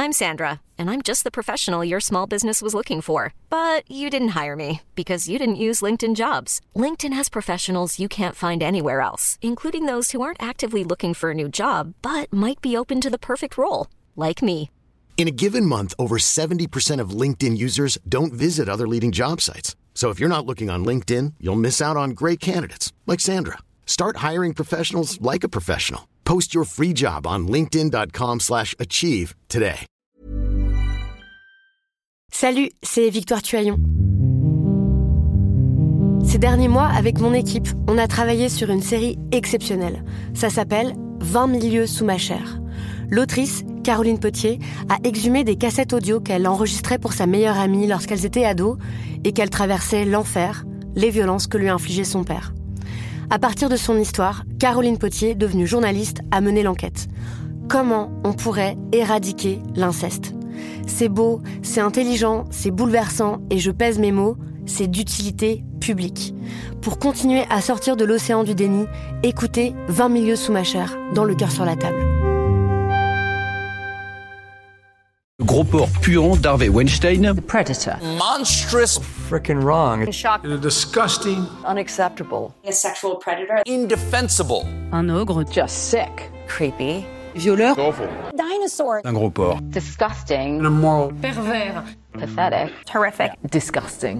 I'm Sandra, and I'm just the professional your small business was looking for. But you didn't hire me because you didn't use LinkedIn Jobs. LinkedIn has professionals you can't find anywhere else, including those who aren't actively looking for a new job, but might be open to the perfect role, like me. In a given month, over 70% of LinkedIn users don't visit other leading job sites. So if you're not looking on LinkedIn, you'll miss out on great candidates like Sandra. Start hiring professionals like a professional. Post your free job on linkedin.com/achieve today. Salut, c'est Victoire Tuaillon. Ces derniers mois, avec mon équipe, on a travaillé sur une série exceptionnelle. Ça s'appelle 20 000 lieues sous ma chair. L'autrice, Caroline Potier, a exhumé des cassettes audio qu'elle enregistrait pour sa meilleure amie lorsqu'elles étaient ados et qu'elle traversait l'enfer, les violences que lui infligeait son père. À partir de son histoire, Caroline Potier, devenue journaliste, a mené l'enquête. Comment on pourrait éradiquer l'inceste ? C'est beau, c'est intelligent, c'est bouleversant et je pèse mes mots, c'est d'utilité publique. Pour continuer à sortir de l'océan du déni, écoutez 20 000 lieues sous ma chair, dans Le cœur sur la table. Gros porc puant d'Harvey Weinstein. The Predator. Monstrous. Freaking wrong. Shock. Disgusting. Unacceptable. A sexual predator. Indefensible. Un ogre. Just sick. Creepy. Violeur. Awful. Dinosaur. Un gros porc. Disgusting. Immoral. Pervers. Pathetic. Horrific. Disgusting.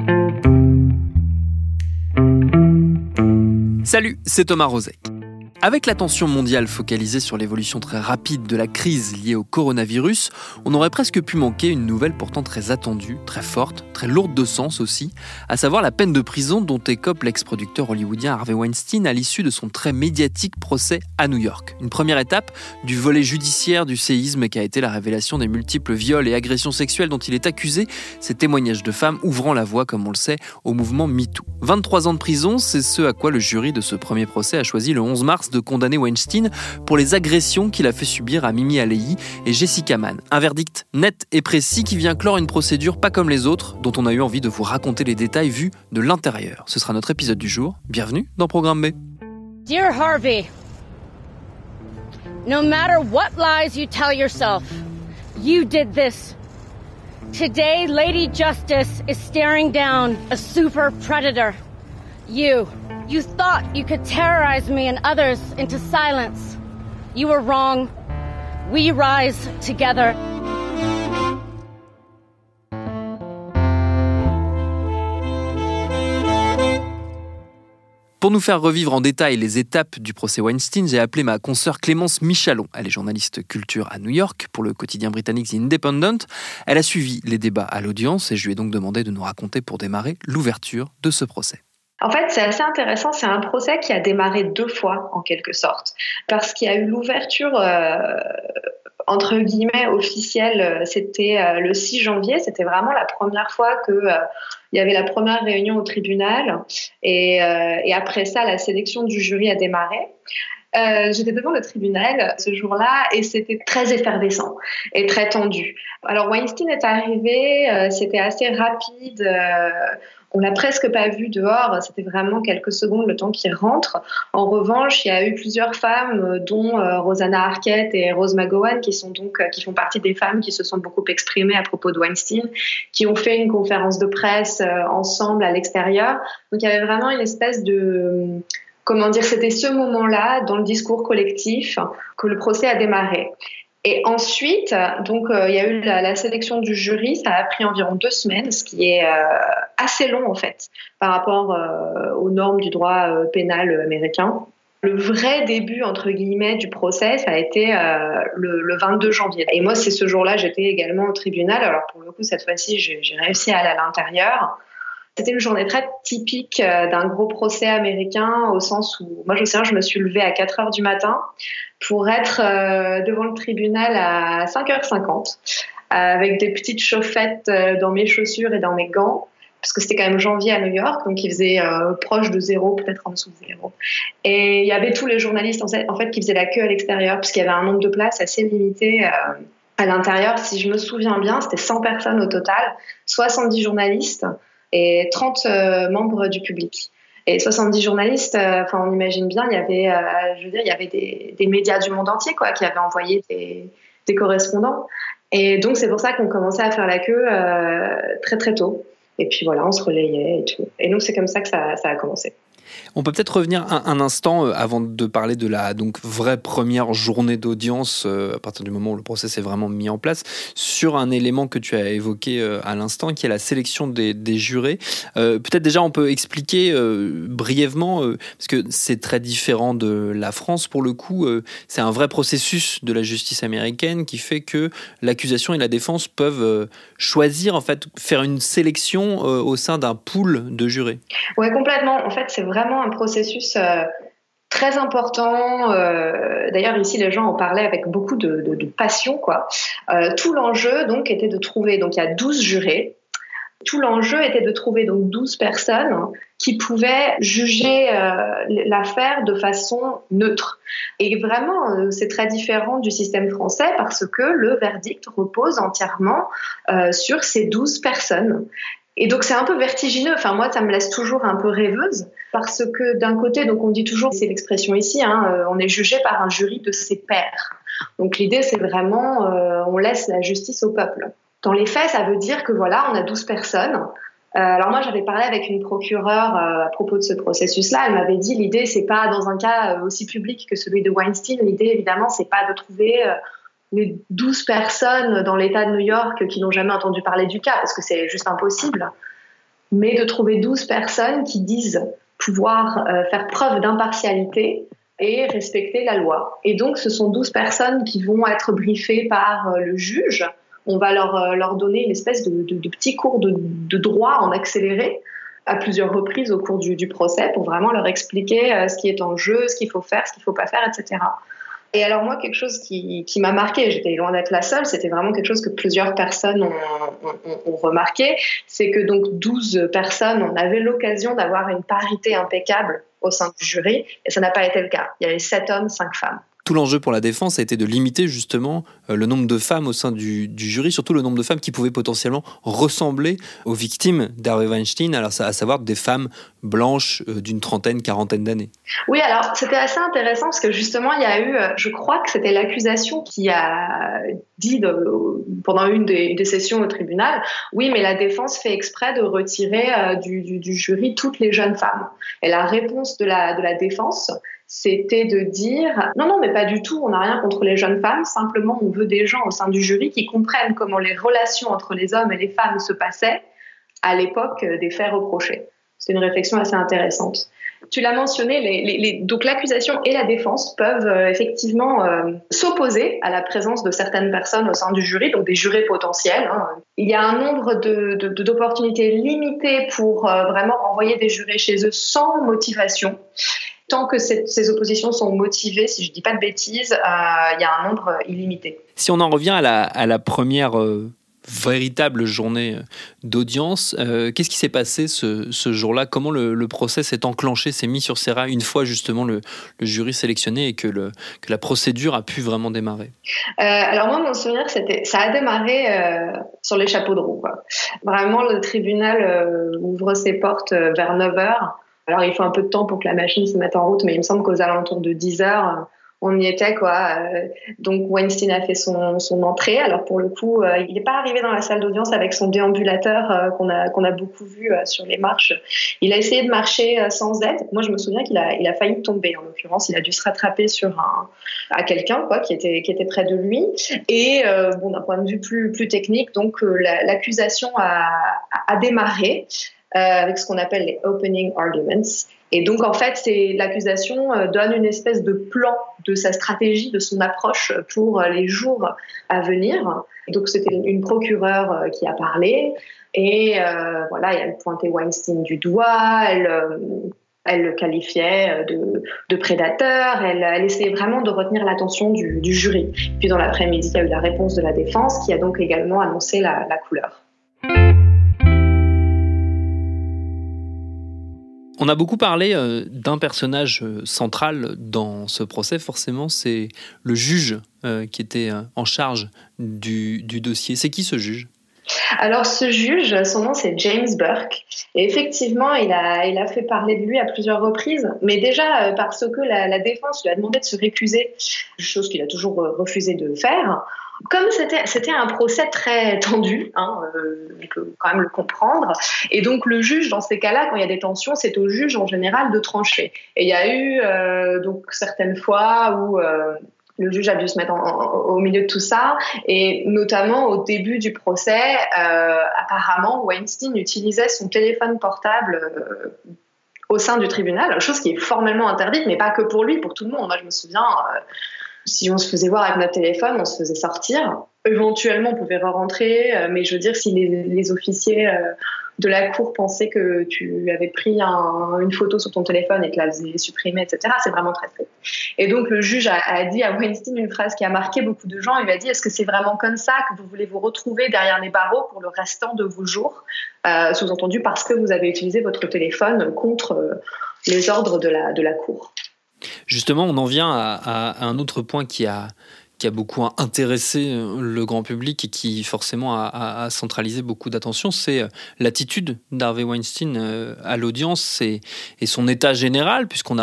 Salut, c'est Thomas Rozek. Avec l'attention mondiale focalisée sur l'évolution très rapide de la crise liée au coronavirus, on aurait presque pu manquer une nouvelle pourtant très attendue, très forte, très lourde de sens aussi, à savoir la peine de prison dont écope l'ex-producteur hollywoodien Harvey Weinstein à l'issue de son très médiatique procès à New York. Une première étape du volet judiciaire du séisme qui a été la révélation des multiples viols et agressions sexuelles dont il est accusé, ces témoignages de femmes ouvrant la voie, comme on le sait, au mouvement MeToo. 23 ans de prison, c'est ce à quoi le jury de ce premier procès a choisi le 11 mars de condamner Weinstein pour les agressions qu'il a fait subir à Mimi Alei et Jessica Mann. Un verdict net et précis qui vient clore une procédure pas comme les autres, dont on a eu envie de vous raconter les détails vus de l'intérieur. Ce sera notre épisode du jour. Bienvenue dans Programme B. Dear Harvey, no matter what lies you tell yourself, you did this. Today, Lady Justice is staring down a super predator. You thought you could terrorize me and others into silence. You were wrong. We rise together. Pour nous faire revivre en détail les étapes du procès Weinstein, j'ai appelé ma consoeur Clémence Michalon. Elle est journaliste culture à New York pour le quotidien britannique The Independent. Elle a suivi les débats à l'audience et je lui ai donc demandé de nous raconter pour démarrer l'ouverture de ce procès. En fait, c'est assez intéressant. C'est un procès qui a démarré 2 fois, en quelque sorte. Parce qu'il y a eu l'ouverture, entre guillemets, officielle. C'était le 6 janvier. C'était vraiment la première fois qu'il y avait la première réunion au tribunal. Et après ça, la sélection du jury a démarré. J'étais devant le tribunal ce jour-là et c'était très effervescent et très tendu. Alors Weinstein est arrivé, c'était assez rapide, on l'a presque pas vu dehors, c'était vraiment quelques secondes le temps qu'il rentre. En revanche, il y a eu plusieurs femmes, dont Rosanna Arquette et Rose McGowan, qui font partie des femmes qui se sont beaucoup exprimées à propos de Weinstein, qui ont fait une conférence de presse ensemble à l'extérieur. Donc il y avait vraiment une espèce de... c'était ce moment-là, dans le discours collectif, que le procès a démarré. Et ensuite, donc, il y a eu la sélection du jury, ça a pris environ 2 semaines, ce qui est assez long, en fait, par rapport aux normes du droit pénal américain. Le vrai début, entre guillemets, du procès, ça a été le 22 janvier. Et moi, c'est ce jour-là, j'étais également au tribunal. Alors, pour le coup, cette fois-ci, j'ai réussi à aller à l'intérieur. C'était une journée très typique d'un gros procès américain, au sens où, moi je sais, je me suis levée à 4h du matin pour être devant le tribunal à 5h50, avec des petites chauffettes dans mes chaussures et dans mes gants, parce que c'était quand même janvier à New York, donc il faisait proche de 0, peut-être en dessous de 0. Et il y avait tous les journalistes en fait qui faisaient la queue à l'extérieur, puisqu'il y avait un nombre de places assez limité à l'intérieur. Si je me souviens bien, c'était 100 personnes au total, 70 journalistes, et 30 membres du public. Et 70 journalistes, on imagine bien, il y avait, il y avait des médias du monde entier, quoi, qui avaient envoyé des correspondants. Et donc, c'est pour ça qu'on commençait à faire la queue très, très tôt. Et puis voilà, on se relayait et tout. Et donc, c'est comme ça que ça a commencé. On peut peut-être revenir un instant avant de parler de la vraie première journée d'audience, à partir du moment où le procès est vraiment mis en place, sur un élément que tu as évoqué à l'instant, qui est la sélection des jurés. Peut-être déjà on peut expliquer brièvement, parce que c'est très différent de la France pour le coup, c'est un vrai processus de la justice américaine qui fait que l'accusation et la défense peuvent choisir, en fait, faire une sélection au sein d'un pool de jurés. Ouais, complètement. En fait, c'est vraiment un processus très important. D'ailleurs, ici, les gens en parlaient avec beaucoup de passion, quoi. Tout l'enjeu, donc, était de trouver... Donc, il y a 12 jurés. Tout l'enjeu était de trouver donc 12 personnes qui pouvaient juger l'affaire de façon neutre. Et vraiment, c'est très différent du système français parce que le verdict repose entièrement sur ces 12 personnes. Et donc c'est un peu vertigineux. Enfin moi ça me laisse toujours un peu rêveuse parce que d'un côté donc on dit toujours, c'est l'expression ici, on est jugé par un jury de ses pairs. Donc l'idée c'est vraiment on laisse la justice au peuple. Dans les faits ça veut dire que voilà on a 12 personnes. Alors moi j'avais parlé avec une procureure à propos de ce processus-là. Elle m'avait dit l'idée c'est pas dans un cas aussi public que celui de Weinstein. L'idée évidemment c'est pas de trouver les 12 personnes dans l'État de New York qui n'ont jamais entendu parler du cas, parce que c'est juste impossible, mais de trouver 12 personnes qui disent pouvoir faire preuve d'impartialité et respecter la loi. Et donc, ce sont 12 personnes qui vont être briefées par le juge. On va leur donner une espèce de petit cours de droit en accéléré à plusieurs reprises au cours du procès pour vraiment leur expliquer ce qui est en jeu, ce qu'il faut faire, ce qu'il ne faut pas faire, etc. Et alors moi, quelque chose qui m'a marqué, j'étais loin d'être la seule, c'était vraiment quelque chose que plusieurs personnes ont remarqué, c'est que donc 12 personnes, on avait l'occasion d'avoir une parité impeccable au sein du jury, et ça n'a pas été le cas. Il y avait 7 hommes, 5 femmes. Tout l'enjeu pour la défense a été de limiter justement le nombre de femmes au sein du jury, surtout le nombre de femmes qui pouvaient potentiellement ressembler aux victimes d'Harvey Weinstein, alors à savoir des femmes blanches d'une trentaine, quarantaine d'années. Oui, alors c'était assez intéressant parce que justement il y a eu, je crois que c'était l'accusation qui a dit pendant une des sessions au tribunal, oui mais la défense fait exprès de retirer du jury toutes les jeunes femmes. Et la réponse de la défense, c'était de dire non, mais pas du tout, on n'a rien contre les jeunes femmes, simplement on veut des gens au sein du jury qui comprennent comment les relations entre les hommes et les femmes se passaient à l'époque des faits reprochés. C'est une réflexion assez intéressante. Tu l'as mentionné, donc l'accusation et la défense peuvent effectivement s'opposer à la présence de certaines personnes au sein du jury, donc des jurés potentiels. Il y a un nombre d'opportunités limitées pour vraiment envoyer des jurés chez eux sans motivation. Tant que ces oppositions sont motivées, si je ne dis pas de bêtises, il y a un nombre illimité. Si on en revient à la première véritable journée d'audience, qu'est-ce qui s'est passé ce jour-là ? Comment le procès s'est enclenché, s'est mis sur ses rails une fois justement le jury sélectionné et que la procédure a pu vraiment démarrer ? Alors moi, mon souvenir, ça a démarré sur les chapeaux de roue, quoi. Vraiment, le tribunal ouvre ses portes vers 9h. Alors, il faut un peu de temps pour que la machine se mette en route, mais il me semble qu'aux alentours de 10h, on y était, quoi. Donc, Weinstein a fait son entrée. Alors, pour le coup, il n'est pas arrivé dans la salle d'audience avec son déambulateur qu'on a beaucoup vu sur les marches. Il a essayé de marcher sans aide. Moi, je me souviens qu'il a failli tomber, en l'occurrence. Il a dû se rattraper à quelqu'un, quoi, qui était près de lui. Et, d'un point de vue plus technique, donc, l'accusation a démarré. Avec ce qu'on appelle les opening arguments. Et donc, en fait, l'accusation donne une espèce de plan de sa stratégie, de son approche pour les jours à venir. Donc, c'était une procureure qui a parlé et elle pointait Weinstein du doigt, elle le qualifiait de prédateur, elle essayait vraiment de retenir l'attention du jury. Puis, dans l'après-midi, il y a eu la réponse de la défense qui a donc également annoncé la couleur. On a beaucoup parlé d'un personnage central dans ce procès, forcément, c'est le juge qui était en charge du dossier. C'est qui ce juge ? Alors ce juge, son nom c'est James Burke, et effectivement il a fait parler de lui à plusieurs reprises, mais déjà parce que la défense lui a demandé de se récuser, chose qu'il a toujours refusé de faire. Comme c'était un procès très tendu, on peut quand même le comprendre, et donc le juge, dans ces cas-là, quand il y a des tensions, c'est au juge en général de trancher. Et il y a eu donc certaines fois où le juge a dû se mettre au milieu de tout ça, et notamment au début du procès, apparemment Weinstein utilisait son téléphone portable au sein du tribunal, chose qui est formellement interdite, mais pas que pour lui, pour tout le monde. Moi, je me souviens, si on se faisait voir avec notre téléphone, on se faisait sortir. Éventuellement, on pouvait re-rentrer, mais je veux dire, si les officiers de la cour pensaient que tu avais pris une photo sur ton téléphone et que la faisait supprimer, etc., c'est vraiment très strict. Et donc, le juge a dit à Weinstein une phrase qui a marqué beaucoup de gens. Il lui a dit « Est-ce que c'est vraiment comme ça que vous voulez vous retrouver derrière les barreaux pour le restant de vos jours ?» Sous-entendu, parce que vous avez utilisé votre téléphone contre les ordres de la cour. Justement, on en vient à un autre point qui a beaucoup intéressé le grand public et qui forcément a centralisé beaucoup d'attention, c'est l'attitude d'Harvey Weinstein à l'audience et son état général, puisqu'on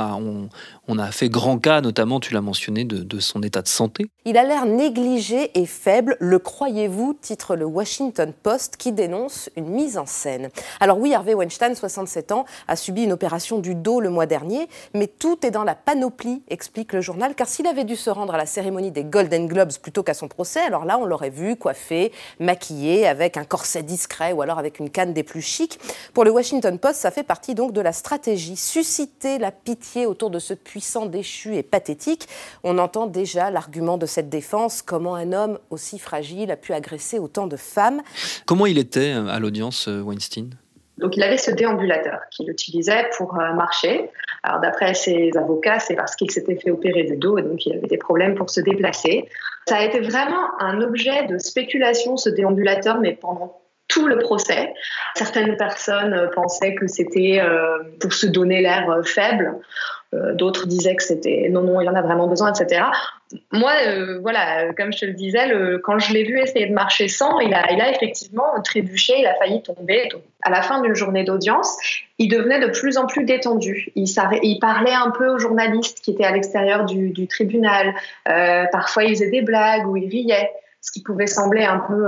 a fait grand cas, notamment, tu l'as mentionné, de son état de santé. Il a l'air négligé et faible, le croyez-vous, titre le Washington Post, qui dénonce une mise en scène. Alors oui, Harvey Weinstein, 67 ans, a subi une opération du dos le mois dernier, mais tout est dans la panoplie, explique le journal, car s'il avait dû se rendre à la cérémonie des Golden Globes plutôt qu'à son procès, alors là, on l'aurait vu coiffé, maquillé, avec un corset discret ou alors avec une canne des plus chics. Pour le Washington Post, ça fait partie donc de la stratégie, susciter la pitié autour de ce puissant déchu et pathétique. On entend déjà l'argument de cette défense, comment un homme aussi fragile a pu agresser autant de femmes. Comment il était à l'audience, Weinstein ? Donc il avait ce déambulateur qu'il utilisait pour marcher. Alors d'après ses avocats, c'est parce qu'il s'était fait opérer du dos et donc il avait des problèmes pour se déplacer. Ça a été vraiment un objet de spéculation, ce déambulateur, mais pendant tout le procès. Certaines personnes pensaient que c'était pour se donner l'air faible. D'autres disaient que c'était non, il en a vraiment besoin, etc. Moi, voilà, comme je te le disais, quand je l'ai vu essayer de marcher sans, il a effectivement trébuché, il a failli tomber. Donc, à la fin d'une journée d'audience, il devenait de plus en plus détendu. Il parlait un peu aux journalistes qui étaient à l'extérieur du tribunal. Parfois, il faisait des blagues ou il riait, ce qui pouvait sembler un peu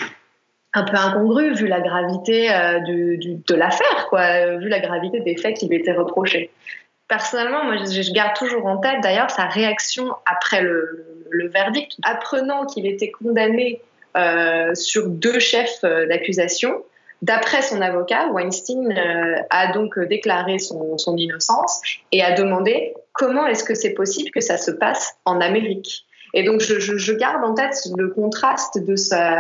incongru vu la gravité de l'affaire, vu la gravité des faits qui lui étaient reprochés. Personnellement, moi, je garde toujours en tête d'ailleurs sa réaction après le verdict, apprenant qu'il était condamné sur 2 chefs d'accusation. D'après son avocat, Weinstein a donc déclaré son innocence et a demandé comment est-ce que c'est possible que ça se passe en Amérique. Et donc, je garde en tête le contraste de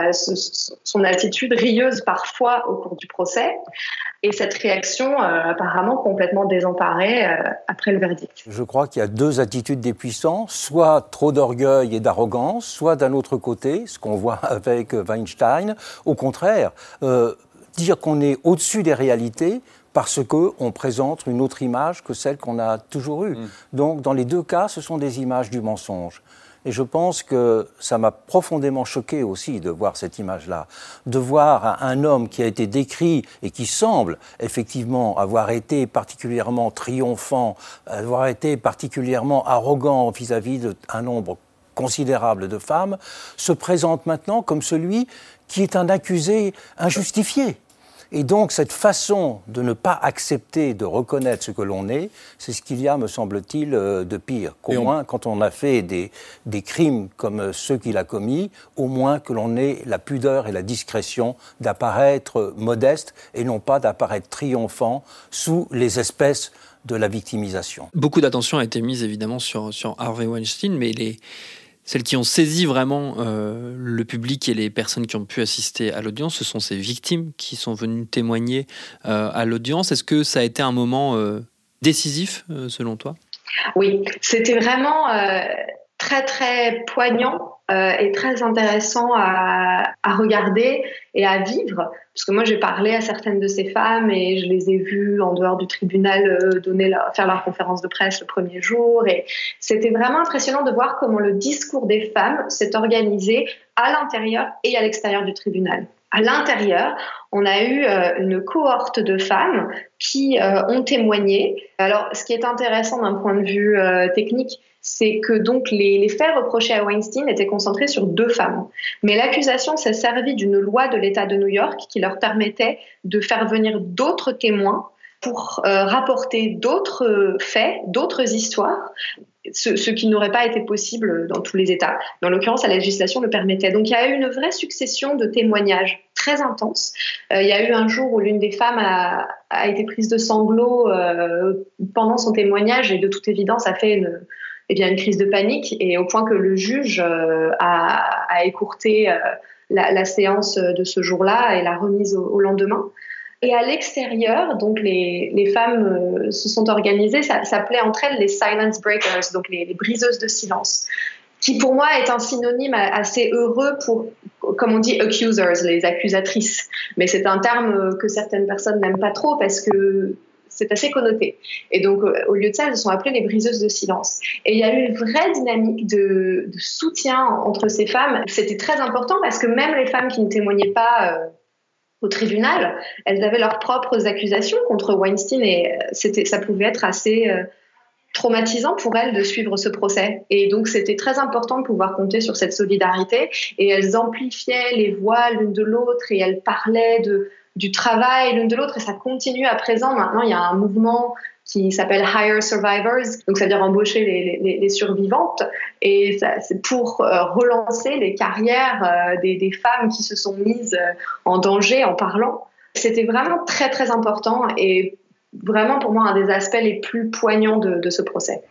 son attitude rieuse parfois au cours du procès et cette réaction apparemment complètement désemparée après le verdict. Je crois qu'il y a 2 attitudes des puissants, soit trop d'orgueil et d'arrogance, soit d'un autre côté, ce qu'on voit avec Weinstein, au contraire, dire qu'on est au-dessus des réalités parce qu'on présente une autre image que celle qu'on a toujours eue. Donc, dans les 2 cas, ce sont des images du mensonge. Et je pense que ça m'a profondément choqué aussi de voir cette image-là, de voir un homme qui a été décrit et qui semble effectivement avoir été particulièrement triomphant, avoir été particulièrement arrogant vis-à-vis d'un nombre considérable de femmes, se présente maintenant comme celui qui est un accusé injustifié. Et donc, cette façon de ne pas accepter de reconnaître ce que l'on est, c'est ce qu'il y a, me semble-t-il, de pire. Qu'au moins, quand on a fait des crimes comme ceux qu'il a commis, au moins que l'on ait la pudeur et la discrétion d'apparaître modeste et non pas d'apparaître triomphant sous les espèces de la victimisation. Beaucoup d'attention a été mise, évidemment, sur Harvey Weinstein, mais celles qui ont saisi vraiment le public et les personnes qui ont pu assister à l'audience, ce sont ces victimes qui sont venues témoigner à l'audience. Est-ce que ça a été un moment décisif, selon toi ? Oui, c'était vraiment très, très poignant et très intéressant à regarder et à vivre. Parce que moi, j'ai parlé à certaines de ces femmes et je les ai vues en dehors du tribunal faire leur conférence de presse le premier jour. Et c'était vraiment impressionnant de voir comment le discours des femmes s'est organisé à l'intérieur et à l'extérieur du tribunal. À l'intérieur, on a eu une cohorte de femmes qui ont témoigné. Alors, ce qui est intéressant d'un point de vue technique, c'est que donc les faits reprochés à Weinstein étaient concentrés sur 2 femmes. Mais l'accusation s'est servie d'une loi de l'État de New York qui leur permettait de faire venir d'autres témoins pour rapporter d'autres faits, d'autres histoires, ce qui n'aurait pas été possible dans tous les États. Mais en l'occurrence, la législation le permettait. Donc il y a eu une vraie succession de témoignages très intenses. Il y a eu un jour où l'une des femmes a été prise de sanglots pendant son témoignage et de toute évidence a fait une crise de panique, et au point que le juge a écourté la séance de ce jour-là et l'a remise au lendemain. Et à l'extérieur, donc les femmes se sont organisées, ça s'appelait entre elles les silence breakers, donc les briseuses de silence, qui pour moi est un synonyme assez heureux pour, comme on dit, accusers, les accusatrices. Mais c'est un terme que certaines personnes n'aiment pas trop parce que c'est assez connoté. Et donc, au lieu de ça, elles se sont appelées les briseuses de silence. Et il y a eu une vraie dynamique de soutien entre ces femmes. C'était très important parce que même les femmes qui ne témoignaient pas au tribunal, elles avaient leurs propres accusations contre Weinstein, et ça pouvait être assez traumatisant pour elles de suivre ce procès. Et donc c'était très important de pouvoir compter sur cette solidarité, et elles amplifiaient les voix l'une de l'autre et elles parlaient du travail l'une de l'autre, et ça continue à présent. Maintenant, il y a un mouvement qui s'appelle Hire Survivors, donc ça veut dire embaucher les survivantes, et ça, c'est pour relancer les carrières des femmes qui se sont mises en danger en parlant. C'était vraiment très très important, et vraiment pour moi un des aspects les plus poignants de ce procès.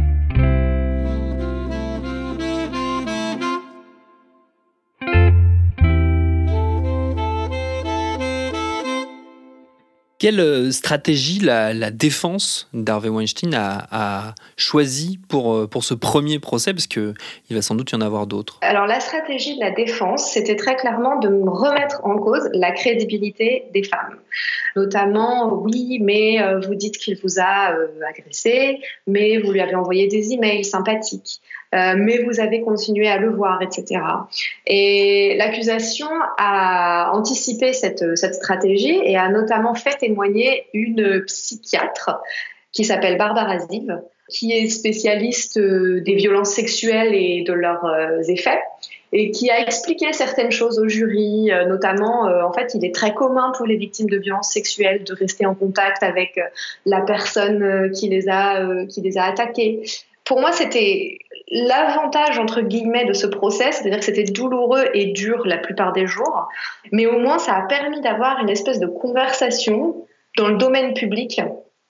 Quelle stratégie la défense d'Harvey Weinstein a choisi pour ce premier procès, parce qu'il va sans doute y en avoir d'autres? Alors la stratégie de la défense, c'était très clairement de remettre en cause la crédibilité des femmes. Notamment, oui, mais vous dites qu'il vous a agressé, mais vous lui avez envoyé des emails sympathiques, mais vous avez continué à le voir, etc. Et l'accusation a anticipé cette stratégie et a notamment fait témoigner une psychiatre qui s'appelle Barbara Ziv, qui est spécialiste des violences sexuelles et de leurs effets, et qui a expliqué certaines choses au jury, notamment, en fait, il est très commun pour les victimes de violences sexuelles de rester en contact avec la personne qui les a attaquées. Pour moi, c'était l'avantage, entre guillemets, de ce procès, c'est-à-dire que c'était douloureux et dur la plupart des jours, mais au moins ça a permis d'avoir une espèce de conversation dans le domaine public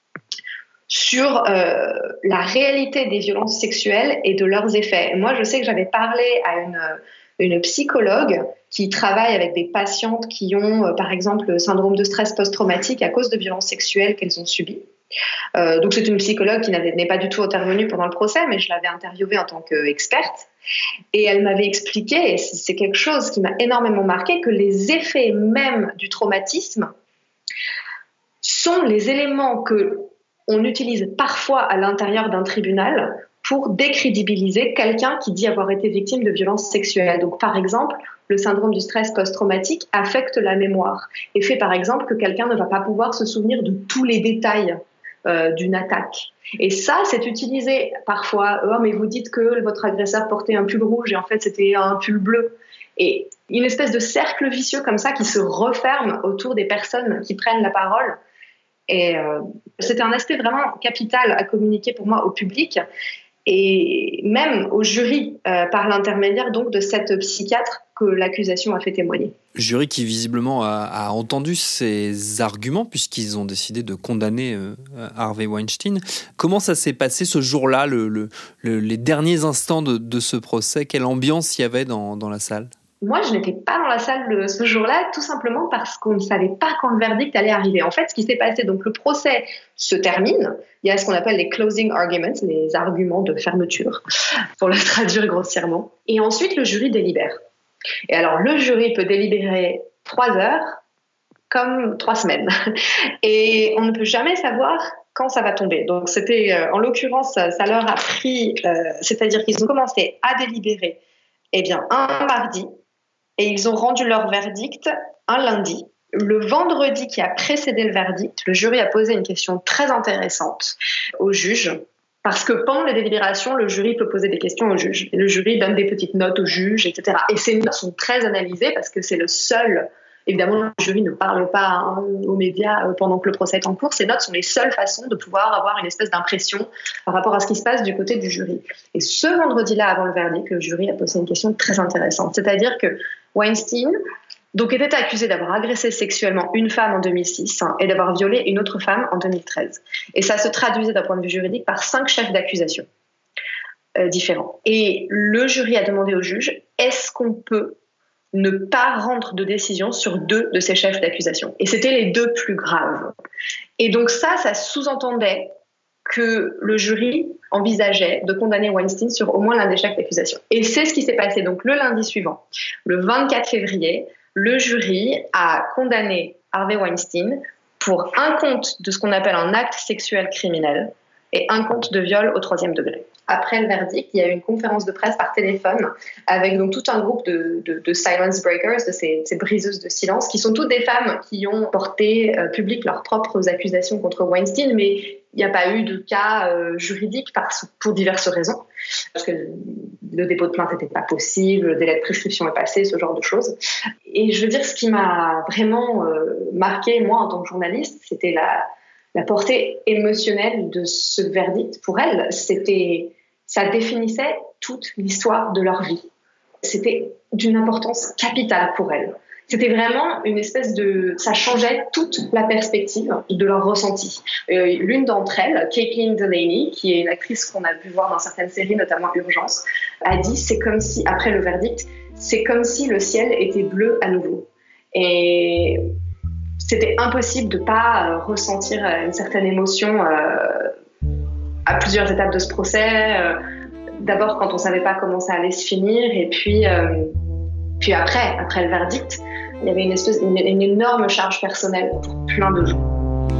sur la réalité des violences sexuelles et de leurs effets. Moi, je sais que j'avais parlé à une psychologue qui travaille avec des patientes qui ont, par exemple, le syndrome de stress post-traumatique à cause de violences sexuelles qu'elles ont subies. Donc c'est une psychologue qui n'est pas du tout intervenue pendant le procès, mais je l'avais interviewée en tant qu'experte, et elle m'avait expliqué, et c'est quelque chose qui m'a énormément marqué, que les effets même du traumatisme sont les éléments qu'on utilise parfois à l'intérieur d'un tribunal pour décrédibiliser quelqu'un qui dit avoir été victime de violences sexuelles. Donc par exemple, le syndrome du stress post-traumatique affecte la mémoire et fait par exemple que quelqu'un ne va pas pouvoir se souvenir de tous les détails d'une attaque. Et ça, c'est utilisé parfois. Oh, mais vous dites que votre agresseur portait un pull rouge et en fait c'était un pull bleu. Et une espèce de cercle vicieux comme ça qui se referme autour des personnes qui prennent la parole. Et c'était un aspect vraiment capital à communiquer pour moi au public et même au jury par l'intermédiaire donc de cette psychiatre que l'accusation a fait témoigner. Jury qui visiblement a entendu ces arguments puisqu'ils ont décidé de condamner Harvey Weinstein. Comment ça s'est passé ce jour-là, les derniers instants de ce procès? Quelle ambiance il y avait dans la salle? Moi, je n'étais pas dans la salle ce jour-là, tout simplement parce qu'on ne savait pas quand le verdict allait arriver. En fait, ce qui s'est passé, donc le procès se termine. Il y a ce qu'on appelle les closing arguments, les arguments de fermeture, pour le traduire grossièrement. Et ensuite, le jury délibère. Et alors, le jury peut délibérer 3 heures comme 3 semaines. Et on ne peut jamais savoir quand ça va tomber. Donc, c'était, en l'occurrence, ça leur a pris, c'est-à-dire qu'ils ont commencé à délibérer, un mardi, et ils ont rendu leur verdict un lundi. Le vendredi qui a précédé le verdict, le jury a posé une question très intéressante au juge Parce que pendant les délibérations, le jury peut poser des questions au juge. Et le jury donne des petites notes au juge, etc. Et ces notes sont très analysées parce que c'est le seul... Évidemment, le jury ne parle pas aux médias pendant que le procès est en cours. Ces notes sont les seules façons de pouvoir avoir une espèce d'impression par rapport à ce qui se passe du côté du jury. Et ce vendredi-là, avant le verdict, le jury a posé une question très intéressante. C'est-à-dire que Weinstein donc, était accusé d'avoir agressé sexuellement une femme en 2006 et d'avoir violé une autre femme en 2013. Et ça se traduisait d'un point de vue juridique par 5 chefs d'accusation différents. Et le jury a demandé au juge, est-ce qu'on peut ne pas rendre de décision sur 2 de ces chefs d'accusation. Et c'était les 2 plus graves. Et donc ça sous-entendait que le jury envisageait de condamner Weinstein sur au moins l'un des chefs d'accusation. Et c'est ce qui s'est passé. Donc le lundi suivant, le 24 février, le jury a condamné Harvey Weinstein pour un compte de ce qu'on appelle un acte sexuel criminel et un compte de viol au 3e degré. Après le verdict, il y a eu une conférence de presse par téléphone avec donc tout un groupe de silence breakers, de ces briseuses de silence, qui sont toutes des femmes qui ont porté public leurs propres accusations contre Weinstein, mais il n'y a pas eu de cas juridique pour diverses raisons, parce que le dépôt de plainte n'était pas possible, le délai de prescription est passé, ce genre de choses. Et je veux dire, ce qui m'a vraiment marqué, moi, en tant que journaliste, c'était la portée émotionnelle de ce verdict pour elle. Ça définissait toute l'histoire de leur vie. C'était d'une importance capitale pour elle. C'était vraiment une espèce ça changeait toute la perspective de leur ressenti. L'une d'entre elles, Caitlin Delaney, qui est une actrice qu'on a vu voir dans certaines séries, notamment Urgence, a dit, c'est comme si, après le verdict, c'est comme si le ciel était bleu à nouveau. Et c'était impossible de ne pas ressentir une certaine émotion à plusieurs étapes de ce procès. D'abord quand on ne savait pas comment ça allait se finir, et puis après le verdict, il y avait une énorme charge personnelle pour plein de gens.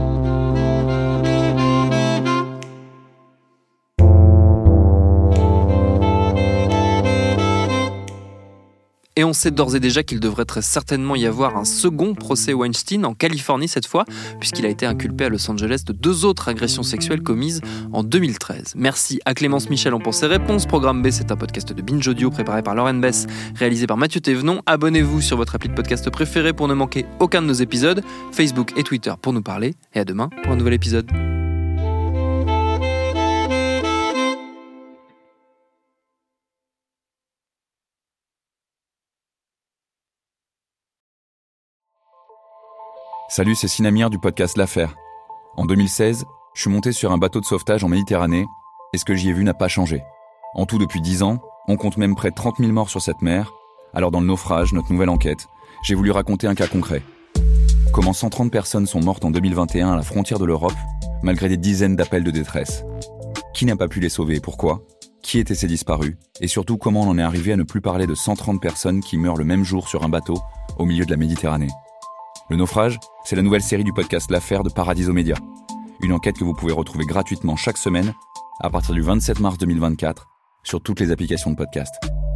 Et on sait d'ores et déjà qu'il devrait très certainement y avoir un second procès Weinstein, en Californie cette fois, puisqu'il a été inculpé à Los Angeles de 2 autres agressions sexuelles commises en 2013. Merci à Clémence Michel pour ses réponses. Programme B, c'est un podcast de Binge Audio préparé par Lauren Bess, réalisé par Mathieu Thévenon. Abonnez-vous sur votre appli de podcast préféré pour ne manquer aucun de nos épisodes, Facebook et Twitter pour nous parler, et à demain pour un nouvel épisode. Salut, c'est Sinamir du podcast L'Affaire. En 2016, je suis monté sur un bateau de sauvetage en Méditerranée et ce que j'y ai vu n'a pas changé. En tout, depuis 10 ans, on compte même près de 30 000 morts sur cette mer. Alors dans le naufrage, notre nouvelle enquête, j'ai voulu raconter un cas concret. Comment 130 personnes sont mortes en 2021 à la frontière de l'Europe, malgré des dizaines d'appels de détresse. Qui n'a pas pu les sauver et pourquoi ? Qui étaient ces disparus ? Et surtout, comment on en est arrivé à ne plus parler de 130 personnes qui meurent le même jour sur un bateau au milieu de la Méditerranée ? Le naufrage, c'est la nouvelle série du podcast L'Affaire de Paradiso Media. Une enquête que vous pouvez retrouver gratuitement chaque semaine à partir du 27 mars 2024 sur toutes les applications de podcast.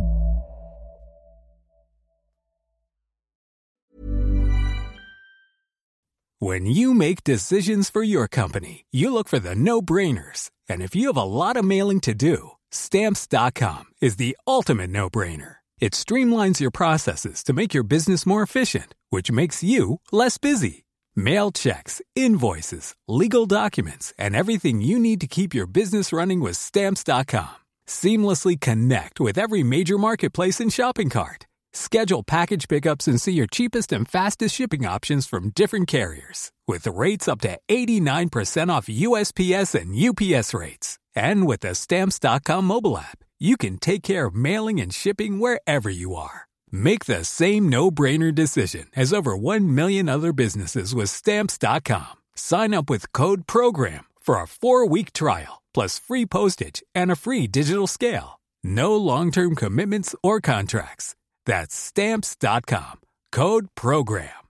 When you make decisions for your company, you look for the no-brainers. And if you have a lot of mailing to do, Stamps.com is the ultimate no-brainer. It streamlines your processes to make your business more efficient, which makes you less busy. Mail checks, invoices, legal documents, and everything you need to keep your business running with Stamps.com. Seamlessly connect with every major marketplace and shopping cart. Schedule package pickups and see your cheapest and fastest shipping options from different carriers. With rates up to 89% off USPS and UPS rates. And with the Stamps.com mobile app, you can take care of mailing and shipping wherever you are. Make the same no-brainer decision as over 1 million other businesses with Stamps.com. Sign up with code PROGRAM for a 4-week trial, plus free postage and a free digital scale. No long-term commitments or contracts. That's Stamps.com. Code PROGRAM.